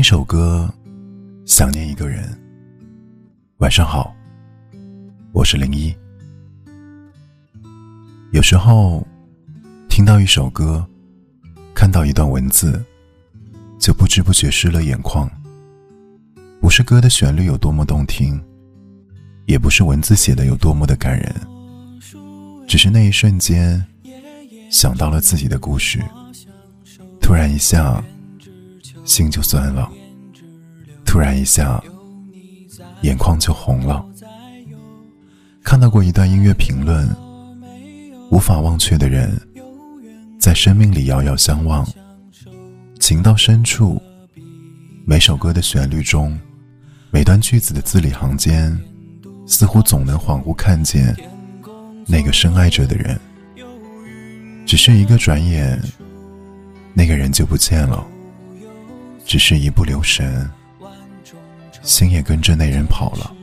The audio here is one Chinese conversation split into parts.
一首歌，想念一个人。晚上好，我是01。有时候听到一首歌，看到一段文字，就不知不觉湿了眼眶。不是歌的旋律有多么动听，也不是文字写的有多么的感人，只是那一瞬间想到了自己的故事，突然一下心就酸了，突然一下眼眶就红了。看到过一段音乐评论，无法忘却的人在生命里遥遥相望，情到深处，每首歌的旋律中，每段句子的字里行间，似乎总能恍惚看见那个深爱着的人，只是一个转眼，那个人就不见了，只是一不留神，心也跟着那人跑了。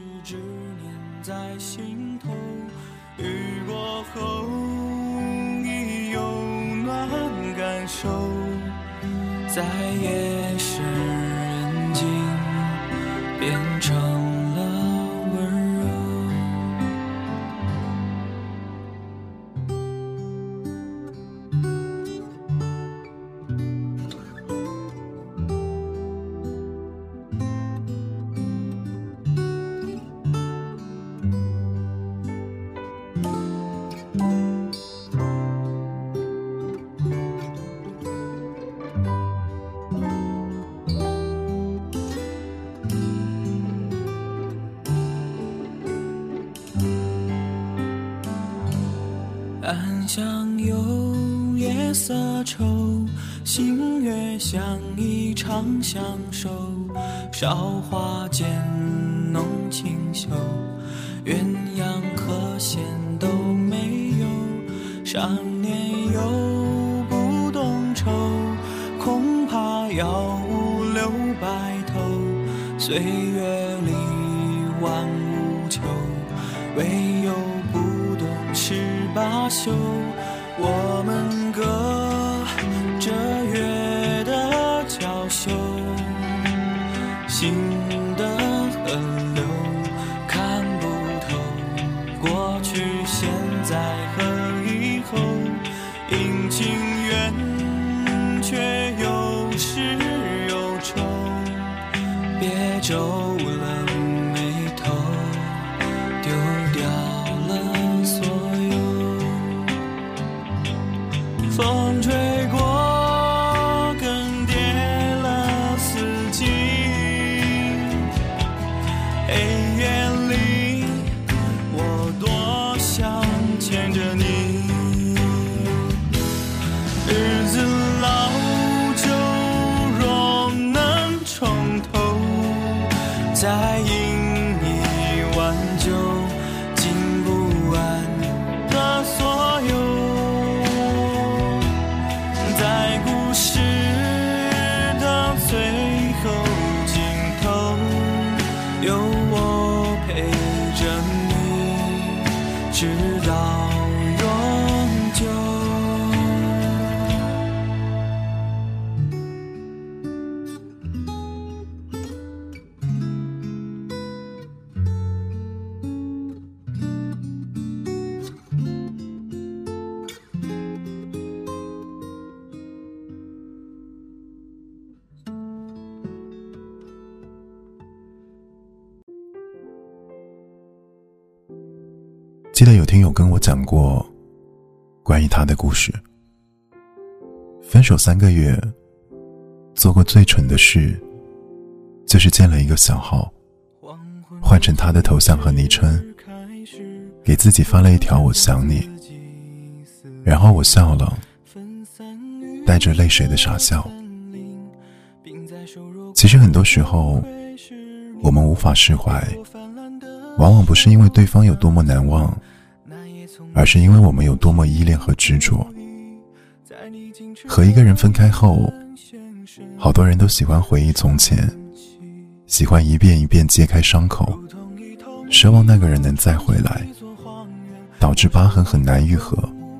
雨过后已有暖感受，在夜深人静变成了温柔。暗香有夜色愁，星月像一场相守，韶华渐浓清秀，鸳鸯和弦都没有，少年又不懂愁，恐怕要五六白头，岁月里万物求，唯有不懂十八宿，我们隔着月的娇羞，心的河流看不透，过去现在和以后，阴晴圆缺有始有终，别皱了眉头，丢掉了所有。风吹过更迭了四季，黑夜里我多想牵着你，日子老旧若能重头，再饮一碗酒，敬不完的所有，在故事的最后尽头，有我陪着你，直到永久。 记得有听友跟我讲过关于他的故事，分手3个月，做过最蠢的事就是建了一个小号，换成他的头像和昵称，给自己发了一条我想你，然后我笑了，带着泪水的傻笑。其实很多时候我们无法释怀，往往不是因为对方有多么难忘，而是因为我们有多么依恋和执着。和一个人分开后，好多人都喜欢回忆从前，喜欢一遍一遍揭开伤口，奢望那个人能再回来，导致疤痕很难愈合，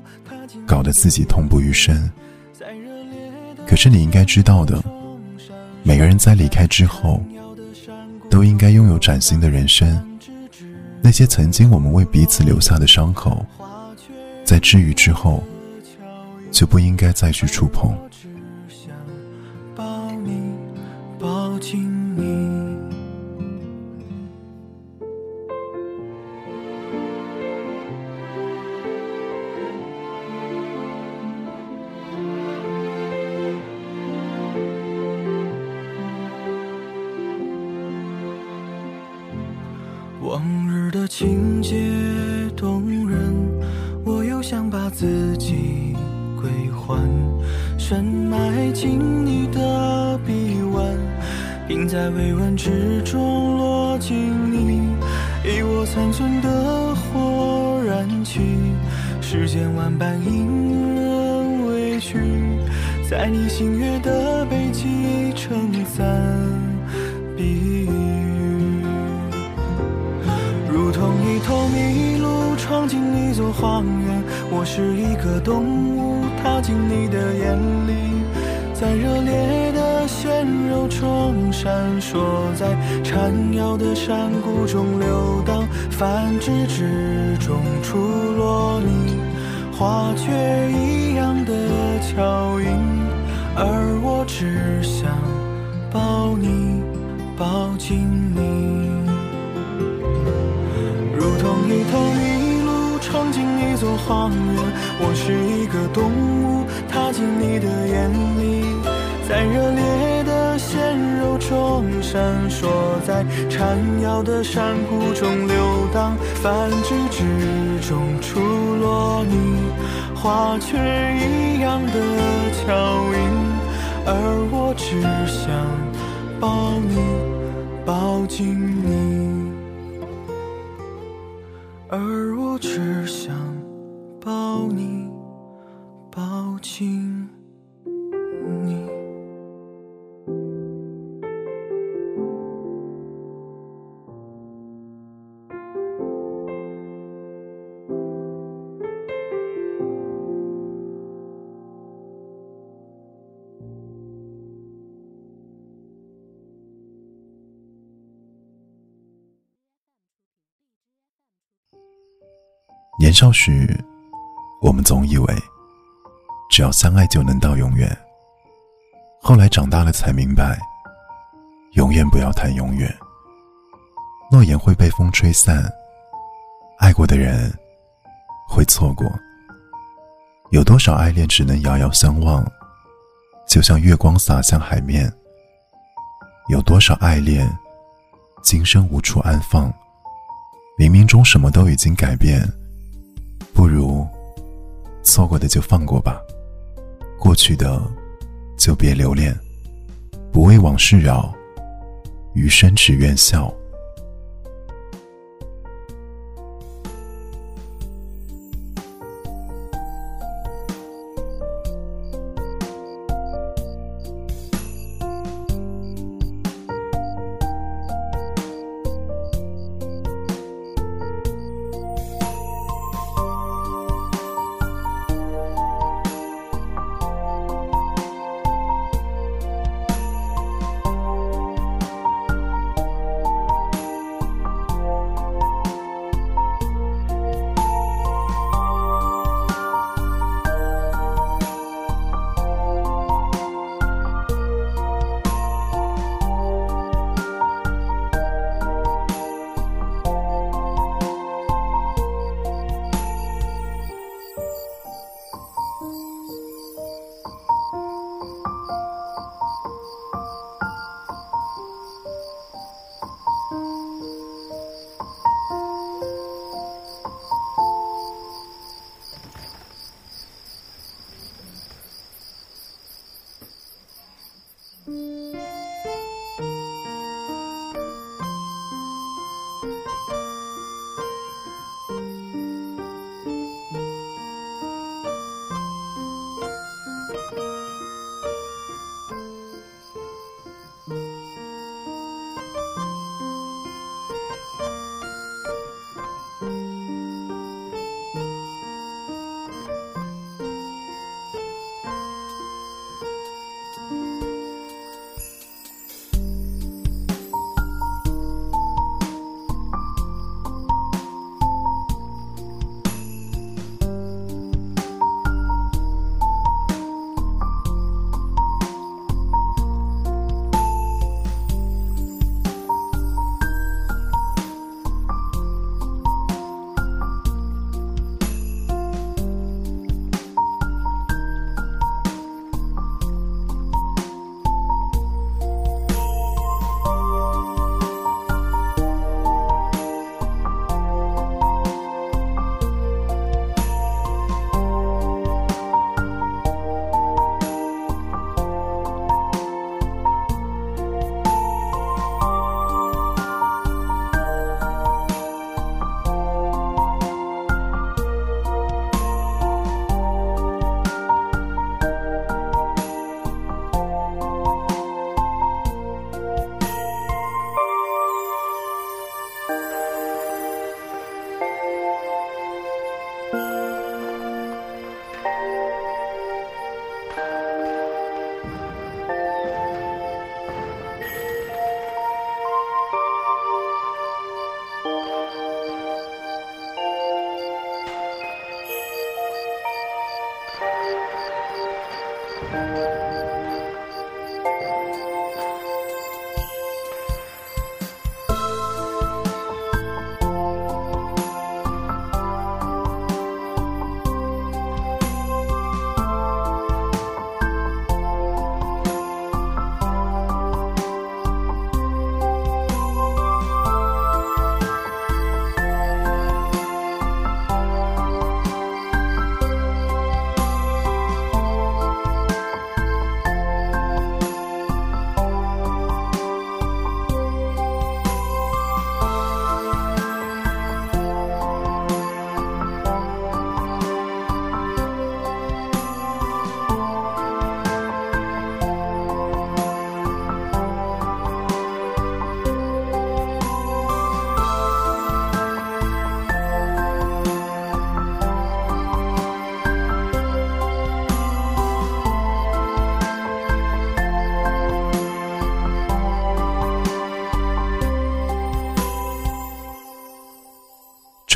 搞得自己痛不欲生。可是你应该知道的， 每个人在离开之后都应该拥有崭新的人生，那些曾经我们为彼此留下的伤口，在治愈之后就不应该再去触碰。 抱你，抱紧你。往日的情节动人，我又想把自己归还，深埋进你的臂弯，并在微温之中落进你以我残存的火燃起，世间万般因人委屈，在你星月的背脊撑伞避雨，如同一头麋鹿闯进一座荒原，我是一个动物踏进你的眼里，在热烈的鲜肉中闪烁，在缠绕的山谷中流荡，繁殖之中出落你花雀一样的巧音，而我只想抱你，抱紧你，如同一头麋鹿闯进一座荒原，我是一个动物踏进你的眼里，在热烈的鲜肉中闪烁，在缠绕的山谷中流荡，繁殖之中出落你花雀一样的巧音，而我只想抱你，抱紧你，而我只想抱你，抱紧你。 年少时，我们总以为只要相爱就能到永远，后来长大了才明白，永远不要谈永远，诺言会被风吹散，爱过的人会错过，有多少爱恋只能遥遥相望，就像月光洒向海面，有多少爱恋今生无处安放，冥冥中什么都已经改变，不如错过的就放过吧，过去的就别留恋，不为往事扰，余生只愿笑。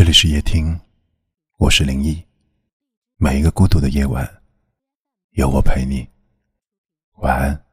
这里是夜听，我是林毅。每一个孤独的夜晚，有我陪你。晚安。